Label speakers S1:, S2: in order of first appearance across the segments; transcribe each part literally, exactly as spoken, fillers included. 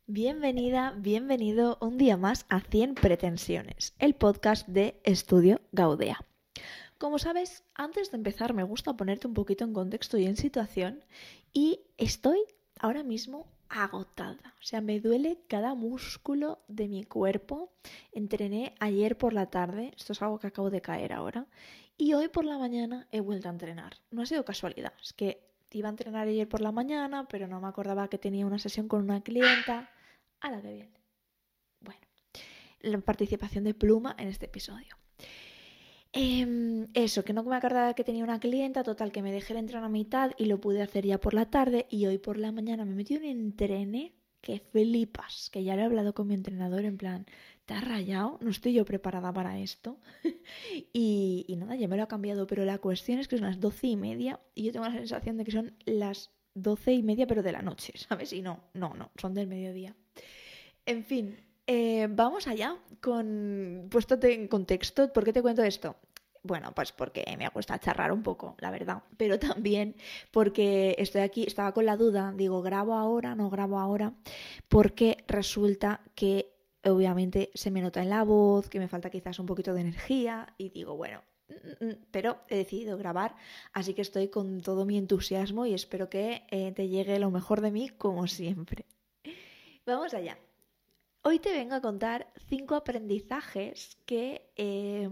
S1: Bienvenida, bienvenido un día más a cien pretensiones, el podcast de Estudio Gaudea. Como sabes, antes de empezar me gusta ponerte un poquito en contexto y en situación y estoy ahora mismo agotada, o sea, me duele cada músculo de mi cuerpo. Entrené ayer por la tarde, esto es algo que acabo de caer ahora, y hoy por la mañana he vuelto a entrenar. No ha sido casualidad, es que iba a entrenar ayer por la mañana, pero no me acordaba que tenía una sesión con una clienta. ¡Hala, qué bien! Bueno, la participación de Pluma en este episodio. Eh, eso, que no me acordaba que tenía una clienta, total, que me dejé el entreno a mitad y lo pude hacer ya por la tarde y hoy por la mañana me metí un entrene que flipas, que ya lo he hablado con mi entrenador en plan, ¿te has rayado? No estoy yo preparada para esto. y, y nada, ya me lo ha cambiado, pero la cuestión es que son las doce y media y yo tengo la sensación de que son las doce y media pero de la noche, ¿sabes? Y no, no, no, son del mediodía. En fin, eh, vamos allá con... Puéstote en contexto, ¿por qué te cuento esto? Bueno, pues porque me gusta charrar un poco, la verdad, pero también porque estoy aquí, estaba con la duda, digo, ¿grabo ahora? ¿No grabo ahora? Porque resulta que obviamente se me nota en la voz, que me falta quizás un poquito de energía y digo, bueno, pero he decidido grabar, así que estoy con todo mi entusiasmo y espero que eh, te llegue lo mejor de mí como siempre. Vamos allá. Hoy te vengo a contar cinco aprendizajes que eh,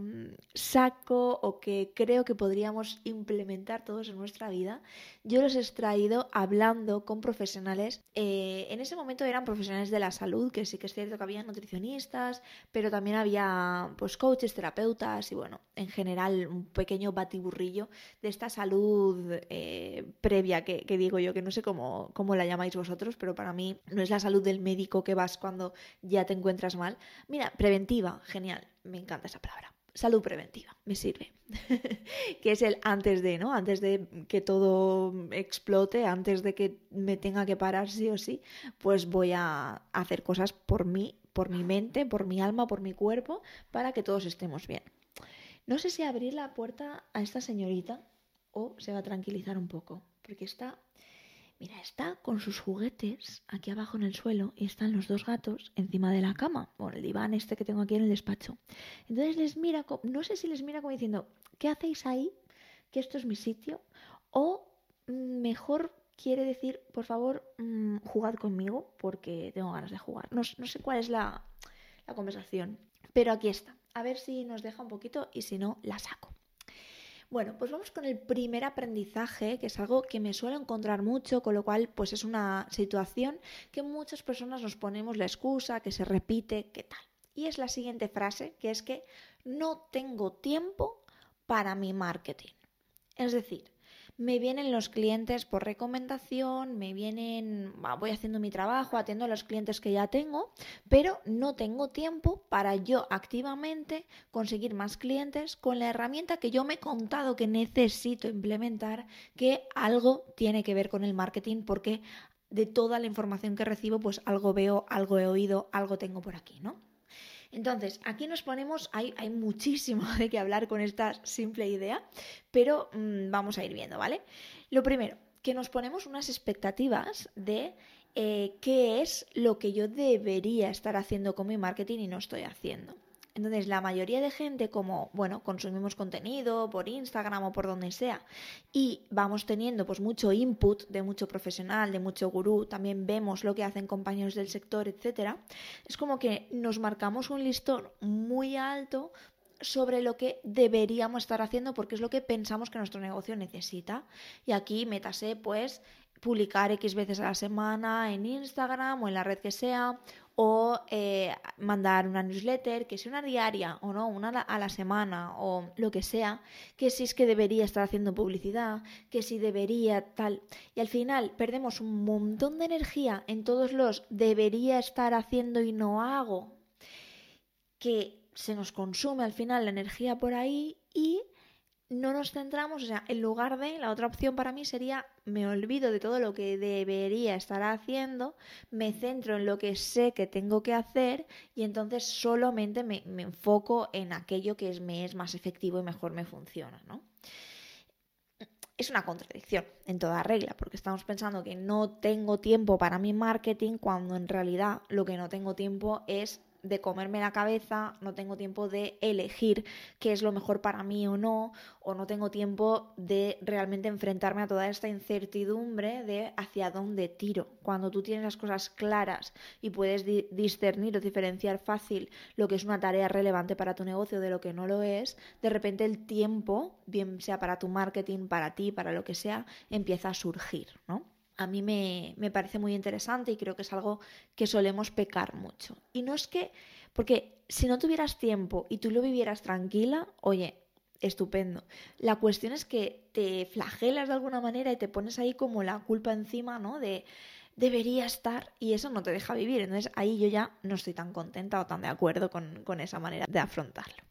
S1: saco o que creo que podríamos implementar todos en nuestra vida. Yo los he extraído hablando con profesionales. Eh, en ese momento eran profesionales de la salud, que sí que es cierto que había nutricionistas, pero también había pues coaches, terapeutas y bueno, en general un pequeño batiburrillo de esta salud eh, previa que, que digo yo, que no sé cómo, cómo la llamáis vosotros, pero para mí no es la salud del médico que vas cuando ya te encuentras mal. Mira, preventiva, genial, me encanta esa palabra. Salud preventiva, me sirve. Que es el antes de, ¿no? Antes de que todo explote, antes de que me tenga que parar sí o sí, pues voy a hacer cosas por mí, por mi mente, por mi alma, por mi cuerpo, para que todos estemos bien. No sé si abrir la puerta a esta señorita o se va a tranquilizar un poco, porque está... Mira, está con sus juguetes aquí abajo en el suelo y están los dos gatos encima de la cama, o el diván este que tengo aquí en el despacho. Entonces les mira, no sé si les mira como diciendo, ¿qué hacéis ahí? Que esto es mi sitio. O mejor quiere decir, por favor, mmm, jugad conmigo porque tengo ganas de jugar. No, no sé cuál es la, la conversación, pero aquí está. A ver si nos deja un poquito y si no, la saco. Bueno, pues vamos con el primer aprendizaje, que es algo que me suelo encontrar mucho, con lo cual pues es una situación que muchas personas nos ponemos la excusa, que se repite, ¿qué tal? Y es la siguiente frase, que es que no tengo tiempo para mi marketing. Es decir, me vienen los clientes por recomendación, me vienen, voy haciendo mi trabajo, atiendo a los clientes que ya tengo, pero no tengo tiempo para yo activamente conseguir más clientes con la herramienta que yo me he contado que necesito implementar, que algo tiene que ver con el marketing, porque de toda la información que recibo, pues algo veo, algo he oído, algo tengo por aquí, ¿no? Entonces, aquí nos ponemos, hay, hay muchísimo de qué hablar con esta simple idea, pero mmm, vamos a ir viendo, ¿vale? Lo primero, que nos ponemos unas expectativas de eh, qué es lo que yo debería estar haciendo con mi marketing y no estoy haciendo. Entonces, la mayoría de gente, como, bueno, consumimos contenido por Instagram o por donde sea y vamos teniendo pues mucho input de mucho profesional, de mucho gurú, también vemos lo que hacen compañeros del sector, etcétera. Es como que nos marcamos un listón muy alto sobre lo que deberíamos estar haciendo porque es lo que pensamos que nuestro negocio necesita. Y aquí métase, pues, publicar X veces a la semana en Instagram o en la red que sea, o eh, mandar una newsletter, que sea una diaria o no, una a la semana o lo que sea, que si es que debería estar haciendo publicidad, que si debería tal. Y al final perdemos un montón de energía en todos los debería estar haciendo y no hago, que se nos consume al final la energía por ahí y no nos centramos, o sea, en lugar de, la otra opción para mí sería, me olvido de todo lo que debería estar haciendo, me centro en lo que sé que tengo que hacer y entonces solamente me, me enfoco en aquello que es, me es más efectivo y mejor me funciona, ¿no? es una contradicción en toda regla, porque estamos pensando que no tengo tiempo para mi marketing cuando en realidad lo que no tengo tiempo es de comerme la cabeza, no tengo tiempo de elegir qué es lo mejor para mí o no, o no tengo tiempo de realmente enfrentarme a toda esta incertidumbre de hacia dónde tiro. Cuando tú tienes las cosas claras y puedes di- discernir o diferenciar fácil lo que es una tarea relevante para tu negocio de lo que no lo es, de repente el tiempo, bien sea para tu marketing, para ti, para lo que sea, empieza a surgir, ¿no? A mí me, me parece muy interesante y creo que es algo que solemos pecar mucho. Y no es que, porque si no tuvieras tiempo y tú lo vivieras tranquila, oye, estupendo. La cuestión es que te flagelas de alguna manera y te pones ahí como la culpa encima, ¿no? De debería estar y eso no te deja vivir. Entonces ahí yo ya no estoy tan contenta o tan de acuerdo con, con esa manera de afrontarlo.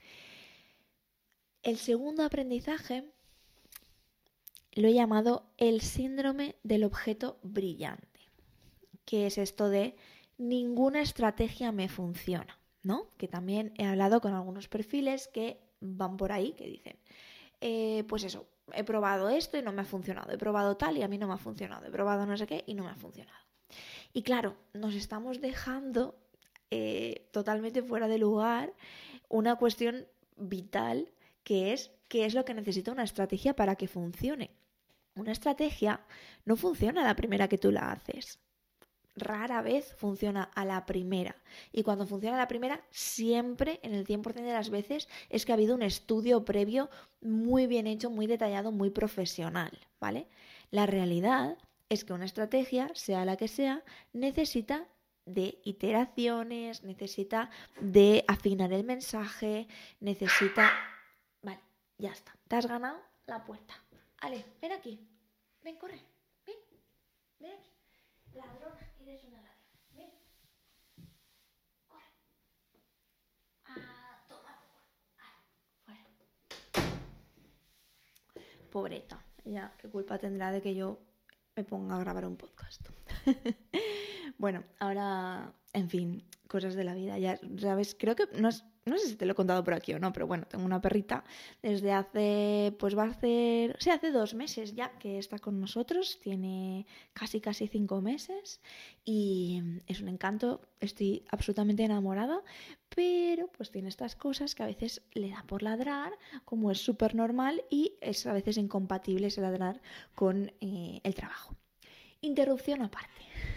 S1: El segundo aprendizaje lo he llamado el síndrome del objeto brillante, que es esto de ninguna estrategia me funciona, ¿no? Que también he hablado con algunos perfiles que van por ahí, que dicen, eh, pues eso, he probado esto y no me ha funcionado, he probado tal y a mí no me ha funcionado, he probado no sé qué y no me ha funcionado. Y claro, nos estamos dejando eh, totalmente fuera de lugar una cuestión vital que es qué es lo que necesita una estrategia para que funcione. Una estrategia no funciona a la primera que tú la haces. Rara vez funciona a la primera. Y cuando funciona a la primera, siempre, en el cien por ciento de las veces, es que ha habido un estudio previo muy bien hecho, muy detallado, muy profesional, ¿vale? La realidad es que una estrategia, sea la que sea, necesita de iteraciones, necesita de afinar el mensaje, necesita... Vale, ya está. Te has ganado la puerta. Ale, ven aquí. Ven, corre. Ven. Ven aquí. Ladrona, eres una ladrona. Ven. Corre. Ah, toma. Ah, fuera. Pobreta. Ya, ¿qué culpa tendrá de que yo me ponga a grabar un podcast? Bueno, ahora, en fin, cosas de la vida. Ya sabes, creo que no, es, no sé si te lo he contado por aquí o no, pero bueno, tengo una perrita desde hace, pues va a hacer, sí, hace dos meses ya que está con nosotros, tiene casi, casi cinco meses y es un encanto, estoy absolutamente enamorada, pero pues tiene estas cosas que a veces le da por ladrar, como es súper normal y es a veces incompatible ese ladrar con eh, el trabajo. Interrupción aparte.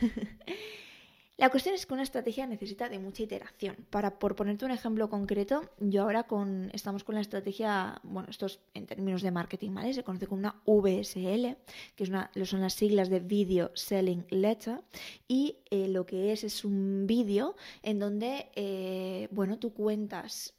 S1: La cuestión es que una estrategia necesita de mucha iteración. Para, por ponerte un ejemplo concreto, yo ahora con, estamos con la estrategia, bueno, esto es en términos de marketing, ¿vale? Se conoce como una V S L, que es una, son las siglas de Video Selling Letter, y eh, lo que es es un vídeo en donde, eh, bueno, tú cuentas,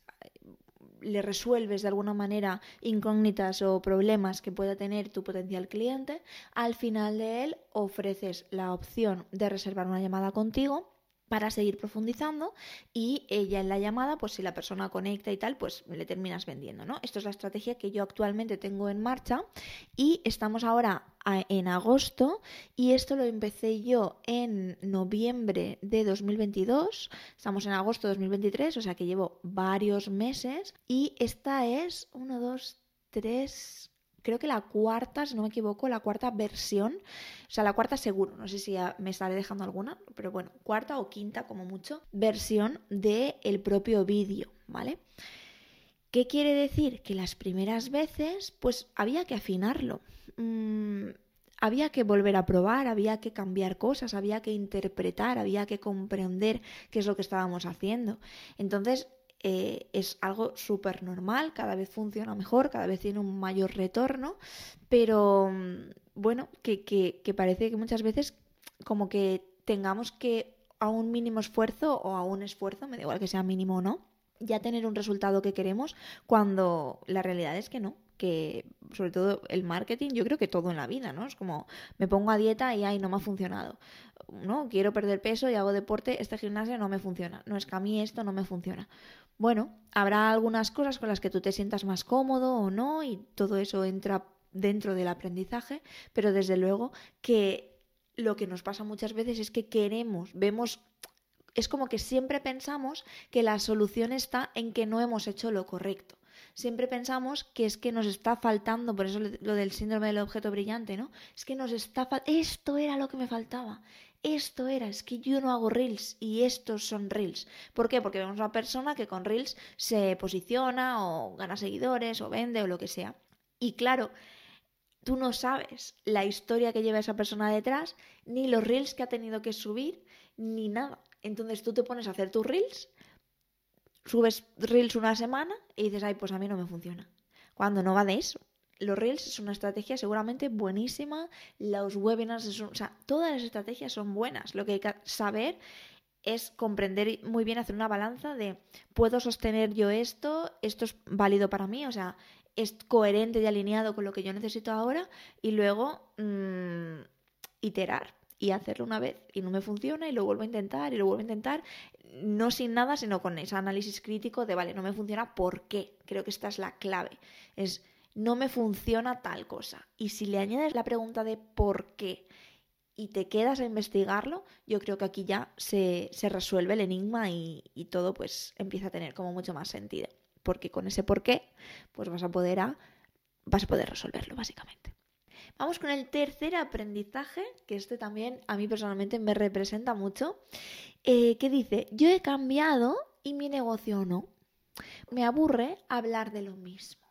S1: le resuelves de alguna manera incógnitas o problemas que pueda tener tu potencial cliente, al final de él ofreces la opción de reservar una llamada contigo para seguir profundizando y ella en la llamada, pues si la persona conecta y tal, pues le terminas vendiendo, ¿no? Esto es la estrategia que yo actualmente tengo en marcha y estamos ahora en agosto y esto lo empecé yo en noviembre de dos mil veintidós, estamos en agosto de dos mil veintitrés, o sea que llevo varios meses y esta es uno, dos, tres... creo que la cuarta, si no me equivoco, la cuarta versión, o sea, la cuarta seguro, no sé si me estaré dejando alguna, pero bueno, cuarta o quinta como mucho, versión del propio vídeo, ¿vale? ¿Qué quiere decir? Que las primeras veces, pues había que afinarlo. Mm, había que volver a probar, había que cambiar cosas, había que interpretar, había que comprender qué es lo que estábamos haciendo. Entonces, eh, es algo súper normal, cada vez funciona mejor, cada vez tiene un mayor retorno, pero bueno, que, que, que parece que muchas veces como que tengamos que a un mínimo esfuerzo o a un esfuerzo, me da igual que sea mínimo o no, ya tener un resultado que queremos, cuando la realidad es que no, que sobre todo el marketing, yo creo que todo en la vida, ¿no? Es como me pongo a dieta y ay, no me ha funcionado, ¿no? Quiero perder peso y hago deporte, este gimnasio no me funciona, no, es que a mí esto no me funciona. Bueno, habrá algunas cosas con las que tú te sientas más cómodo o no y todo eso entra dentro del aprendizaje, pero desde luego que lo que nos pasa muchas veces es que queremos, vemos... Es como que siempre pensamos que la solución está en que no hemos hecho lo correcto. siempre pensamos que es que nos está faltando, por eso lo del síndrome del objeto brillante, ¿no? Es que nos está faltando, esto era lo que me faltaba, esto era, es que yo no hago reels y estos son reels. ¿Por qué? Porque vemos a una persona que con reels se posiciona o gana seguidores o vende o lo que sea. Y claro, tú no sabes la historia que lleva esa persona detrás, ni los reels que ha tenido que subir, ni nada. Entonces tú te pones a hacer tus reels, subes reels una semana y dices, ay, pues a mí no me funciona. Cuando no va de eso. Los reels es una estrategia seguramente buenísima, los webinars, es un, o sea, todas las estrategias son buenas. Lo que hay que saber es comprender muy bien, hacer una balanza de, ¿puedo sostener yo esto? ¿Esto es válido para mí? O sea, es coherente y alineado con lo que yo necesito ahora, y luego mmm, iterar y hacerlo una vez y no me funciona y lo vuelvo a intentar y lo vuelvo a intentar, no sin nada, sino con ese análisis crítico de, vale, no me funciona, ¿por qué? Creo que esta es la clave, es no me funciona tal cosa, y si le añades la pregunta de por qué y te quedas a investigarlo, yo creo que aquí ya se, se resuelve el enigma y, y todo pues empieza a tener como mucho más sentido. Porque con ese por qué, pues vas a poder a, vas a poder resolverlo, básicamente. Vamos con el tercer aprendizaje, que este también a mí personalmente me representa mucho, eh, que dice, yo he cambiado y mi negocio no. Me aburre hablar de lo mismo.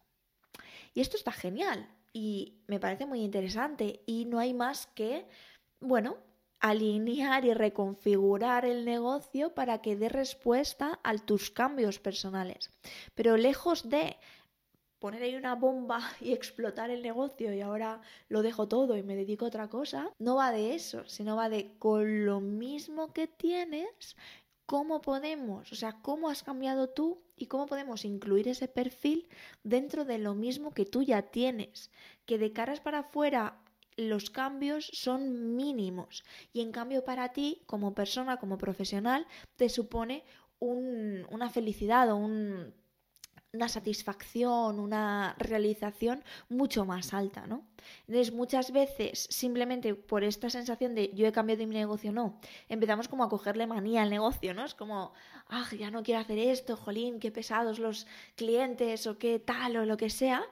S1: Y esto está genial y me parece muy interesante, y no hay más que, bueno, alinear y reconfigurar el negocio para que dé respuesta a tus cambios personales. Pero lejos de poner ahí una bomba y explotar el negocio y ahora lo dejo todo y me dedico a otra cosa, no va de eso, sino va de, con lo mismo que tienes, cómo podemos, o sea, cómo has cambiado tú y cómo podemos incluir ese perfil dentro de lo mismo que tú ya tienes, que de caras para afuera los cambios son mínimos, y en cambio para ti como persona, como profesional, te supone un, una felicidad o un, una satisfacción, una realización mucho más alta, ¿no? Entonces muchas veces simplemente por esta sensación de yo he cambiado de mi negocio, no, empezamos como a cogerle manía al negocio, ¿no? Es como, ah, ya no quiero hacer esto, jolín, qué pesados los clientes o qué tal o lo que sea,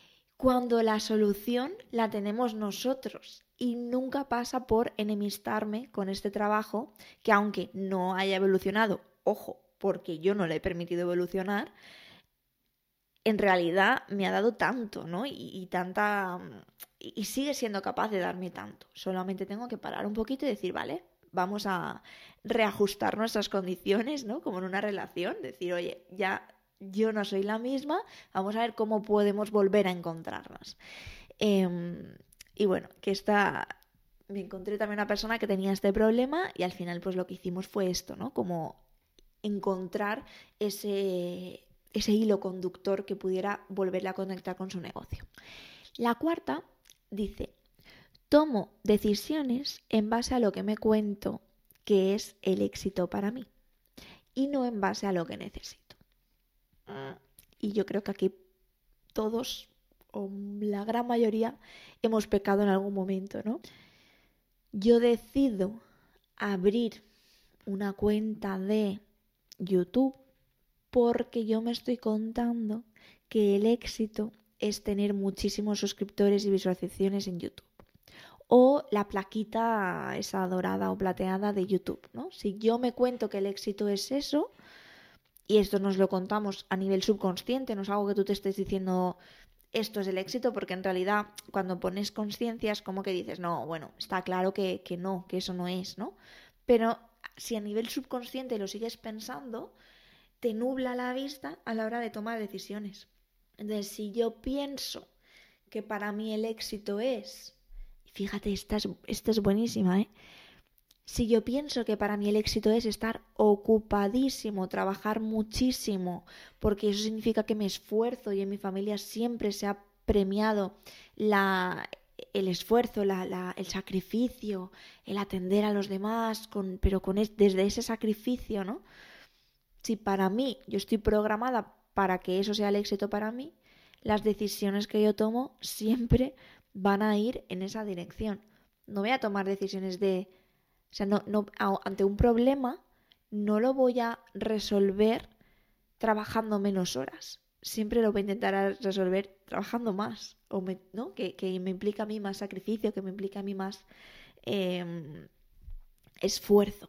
S1: cuando la solución la tenemos nosotros, y nunca pasa por enemistarme con este trabajo que, aunque no haya evolucionado, ojo, porque yo no le he permitido evolucionar, en realidad me ha dado tanto, ¿no? Y, y tanta y, y sigue siendo capaz de darme tanto. Solamente tengo que parar un poquito y decir, vale, vamos a reajustar nuestras condiciones, ¿no? Como en una relación, decir, oye, ya yo no soy la misma, vamos a ver cómo podemos volver a encontrarnos. Eh, y bueno, que esta... me encontré también una persona que tenía este problema, y al final pues lo que hicimos fue esto, ¿no? Como encontrar ese, ese hilo conductor que pudiera volverle a conectar con su negocio. La cuarta dice, tomo decisiones en base a lo que me cuento que es el éxito para mí, y no en base a lo que necesito. Y yo creo que aquí todos, o la gran mayoría, hemos pecado en algún momento, ¿no? Yo decido abrir una cuenta de YouTube porque yo me estoy contando que el éxito es tener muchísimos suscriptores y visualizaciones en YouTube. O la plaquita esa dorada o plateada de YouTube, ¿no? Si yo me cuento que el éxito es eso, y esto nos lo contamos a nivel subconsciente, no es algo que tú te estés diciendo esto es el éxito, porque en realidad cuando pones conciencia es como que dices, no, bueno, está claro que, que no, que eso no es, ¿no? Pero si a nivel subconsciente lo sigues pensando, te nubla la vista a la hora de tomar decisiones. Entonces, si yo pienso que para mí el éxito es, fíjate, esta es, esta es buenísima, ¿eh? Si yo pienso que para mí el éxito es estar ocupadísimo, trabajar muchísimo, porque eso significa que me esfuerzo, y en mi familia siempre se ha premiado la, el esfuerzo, la, la, el sacrificio, el atender a los demás, con, pero con es, desde ese sacrificio, ¿no? Si para mí yo estoy programada para que eso sea el éxito para mí, las decisiones que yo tomo siempre van a ir en esa dirección. No voy a tomar decisiones de... O sea, no, no, ante un problema no lo voy a resolver trabajando menos horas. siempre lo voy a intentar resolver trabajando más, o me, ¿no? que, que me implica a mí más sacrificio, que me implica a mí más eh, esfuerzo.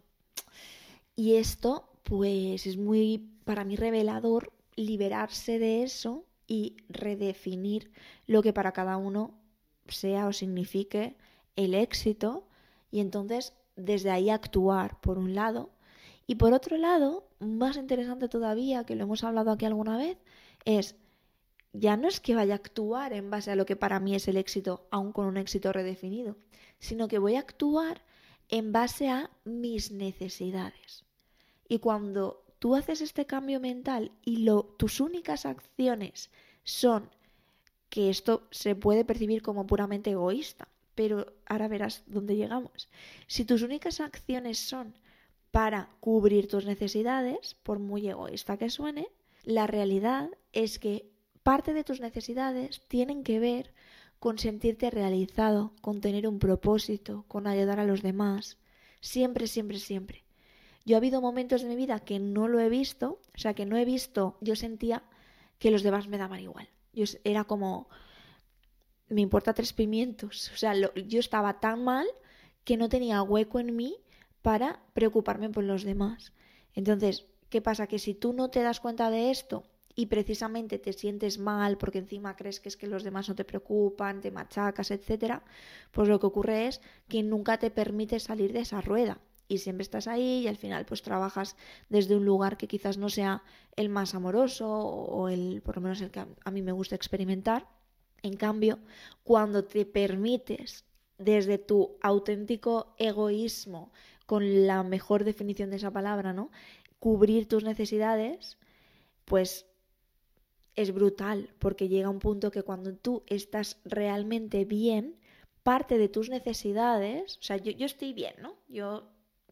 S1: Y esto, pues, es muy, para mí, revelador liberarse de eso y redefinir lo que para cada uno sea o signifique el éxito, y entonces desde ahí actuar, por un lado. Y por otro lado, más interesante todavía, que lo hemos hablado aquí alguna vez, es, ya no es que vaya a actuar en base a lo que para mí es el éxito, aun con un éxito redefinido, sino que voy a actuar en base a mis necesidades. Y cuando tú haces este cambio mental y lo, tus únicas acciones son, que esto se puede percibir como puramente egoísta, pero ahora verás dónde llegamos. Si tus únicas acciones son para cubrir tus necesidades, por muy egoísta que suene, la realidad es que parte de tus necesidades tienen que ver con sentirte realizado, con tener un propósito, con ayudar a los demás. Siempre, siempre, siempre. Yo ha habido momentos de mi vida que no lo he visto, o sea, que no he visto, yo sentía que los demás me daban igual. Yo era como, me importa tres pimientos. O sea, lo, yo estaba tan mal que no tenía hueco en mí para preocuparme por los demás. Entonces, ¿qué pasa? Que si tú no te das cuenta de esto y precisamente te sientes mal porque encima crees que es que los demás no te preocupan, te machacas, etcétera, pues lo que ocurre es que nunca te permites salir de esa rueda. Y siempre estás ahí y al final pues trabajas desde un lugar que quizás no sea el más amoroso o el, por lo menos el que a mí me gusta experimentar. En cambio, cuando te permites desde tu auténtico egoísmo, con la mejor definición de esa palabra, ¿no?, cubrir tus necesidades, pues es brutal, porque llega un punto que cuando tú estás realmente bien, parte de tus necesidades, o sea, yo, yo estoy bien, ¿no? Yo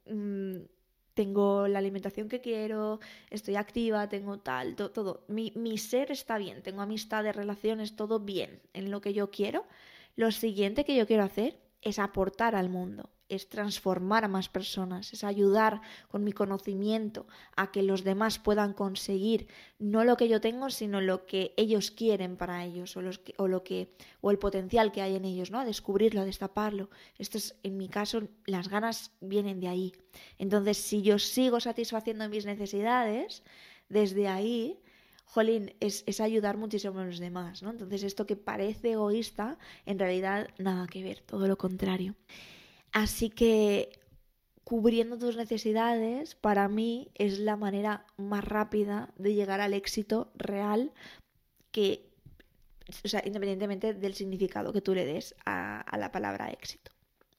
S1: tengo la alimentación que quiero, estoy activa, tengo tal, to, todo. Mi, mi ser está bien, tengo amistades, relaciones, todo bien en lo que yo quiero. Lo siguiente que yo quiero hacer es aportar al mundo, es transformar a más personas, es ayudar con mi conocimiento a que los demás puedan conseguir no lo que yo tengo, sino lo que ellos quieren para ellos, o, los que, o, lo que, o el potencial que hay en ellos, ¿no? A descubrirlo, a destaparlo. Esto es, en mi caso, las ganas vienen de ahí. Entonces, si yo sigo satisfaciendo mis necesidades, desde ahí, jolín, es, es ayudar muchísimo a los demás, ¿no? Entonces, esto que parece egoísta, en realidad nada que ver, todo lo contrario. Así que cubriendo tus necesidades, para mí, es la manera más rápida de llegar al éxito real, que, o sea, independientemente del significado que tú le des a, a la palabra éxito.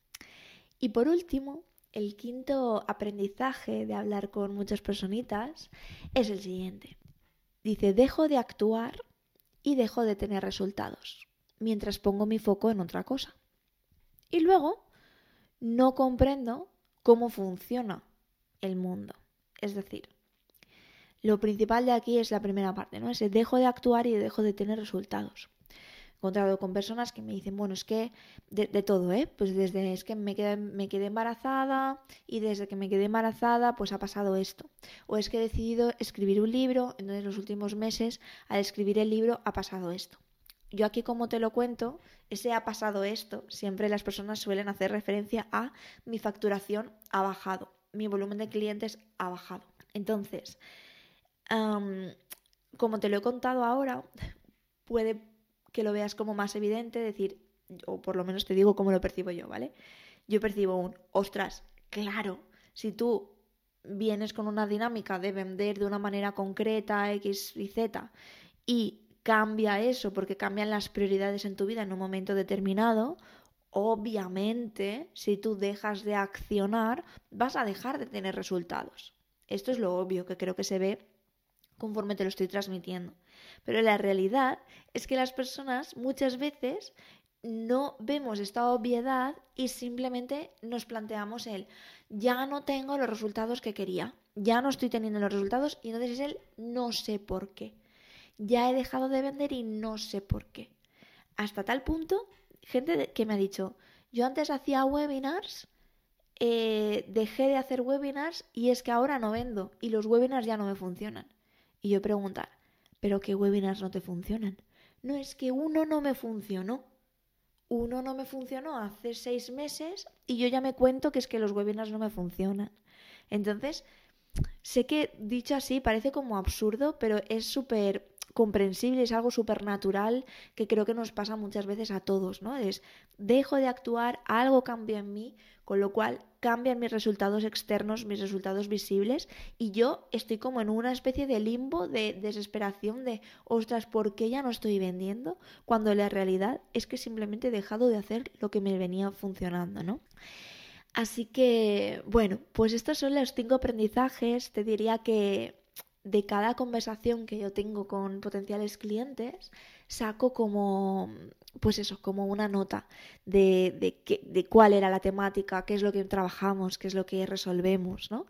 S1: Y por último, el quinto aprendizaje de hablar con muchas personitas es el siguiente. Dice, dejo de actuar y dejo de tener resultados, mientras pongo mi foco en otra cosa. Y luego no comprendo cómo funciona el mundo. Es decir, lo principal de aquí es la primera parte, ¿no? Ese dejo de actuar y dejo de tener resultados. He encontrado con personas que me dicen, bueno, es que de, de todo, ¿eh? Pues desde es que me quedé, me quedé embarazada y desde que me quedé embarazada pues ha pasado esto. O es que he decidido escribir un libro, entonces los últimos meses al escribir el libro ha pasado esto. Yo aquí, como te lo cuento, ese ha pasado esto, siempre las personas suelen hacer referencia a mi facturación ha bajado, mi volumen de clientes ha bajado. Entonces, um, como te lo he contado ahora, puede que lo veas como más evidente, decir, o por lo menos te digo cómo lo percibo yo, ¿vale? Yo percibo un, ostras, claro, si tú vienes con una dinámica de vender de una manera concreta, X y Z, y cambia eso porque cambian las prioridades en tu vida en un momento determinado, obviamente, si tú dejas de accionar, vas a dejar de tener resultados. Esto es lo obvio que creo que se ve conforme te lo estoy transmitiendo. Pero la realidad es que las personas muchas veces no vemos esta obviedad y simplemente nos planteamos el ya no tengo los resultados que quería, ya no estoy teniendo los resultados y entonces es el no sé por qué. Ya he dejado de vender y no sé por qué. Hasta tal punto, gente que me ha dicho, yo antes hacía webinars, eh, dejé de hacer webinars y es que ahora no vendo y los webinars ya no me funcionan. Y yo preguntar, pero ¿qué webinars no te funcionan? No, es que uno no me funcionó. Uno no me funcionó hace seis meses y yo ya me cuento que es que los webinars no me funcionan. Entonces, sé que dicho así parece como absurdo, pero es súper comprensible, es algo súper natural que creo que nos pasa muchas veces a todos, ¿no? Es, dejo de actuar, algo cambia en mí, con lo cual cambian mis resultados externos, mis resultados visibles, y yo estoy como en una especie de limbo, de desesperación, de, ostras, ¿por qué ya no estoy vendiendo? Cuando la realidad es que simplemente he dejado de hacer lo que me venía funcionando, ¿no? Así que, bueno, pues estos son los cinco aprendizajes. Te diría que de cada conversación que yo tengo con potenciales clientes, saco como, pues eso, como una nota de, de, qué, de cuál era la temática, qué es lo que trabajamos, qué es lo que resolvemos, ¿no?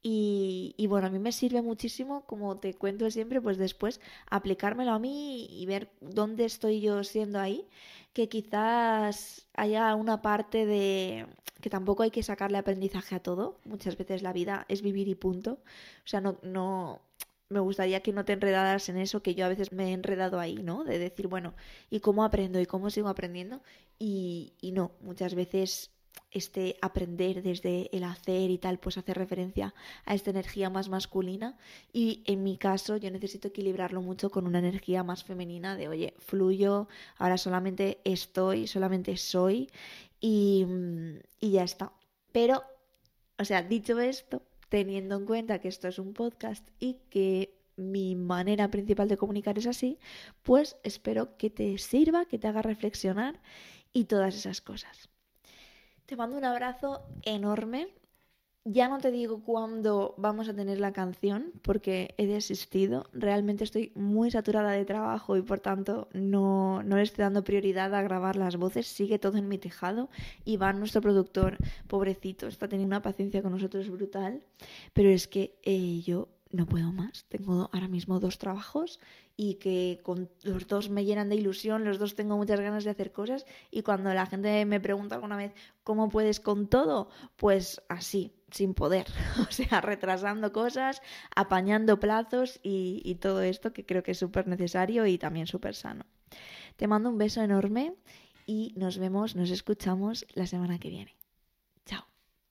S1: Y, y bueno, a mí me sirve muchísimo, como te cuento siempre, pues después aplicármelo a mí y ver dónde estoy yo siendo ahí, que quizás haya una parte de que tampoco hay que sacarle aprendizaje a todo. Muchas veces la vida es vivir y punto. O sea, no, no, me gustaría que no te enredaras en eso, que yo a veces me he enredado ahí, ¿no? De decir, bueno, ¿y cómo aprendo? ¿Y cómo sigo aprendiendo? Y, y no, muchas veces este aprender desde el hacer y tal, pues hace referencia a esta energía más masculina, y en mi caso yo necesito equilibrarlo mucho con una energía más femenina de, oye, fluyo, ahora solamente estoy, solamente soy y, y ya está. Pero, o sea, dicho esto, teniendo en cuenta que esto es un podcast y que mi manera principal de comunicar es así, pues espero que te sirva, que te haga reflexionar y todas esas cosas. Te mando un abrazo enorme. Ya no te digo cuándo vamos a tener la canción porque he desistido. Realmente estoy muy saturada de trabajo y por tanto no, no le estoy dando prioridad a grabar las voces. Sigue todo en mi tejado. Iván, nuestro productor, pobrecito, está teniendo una paciencia con nosotros brutal. Pero es que eh, yo no puedo más. Tengo ahora mismo dos trabajos y que con los dos me llenan de ilusión, los dos tengo muchas ganas de hacer cosas, y cuando la gente me pregunta alguna vez ¿cómo puedes con todo? Pues así, sin poder, o sea, retrasando cosas, apañando plazos y, y todo esto que creo que es súper necesario y también súper sano. Te mando un beso enorme y nos vemos, nos escuchamos la semana que viene.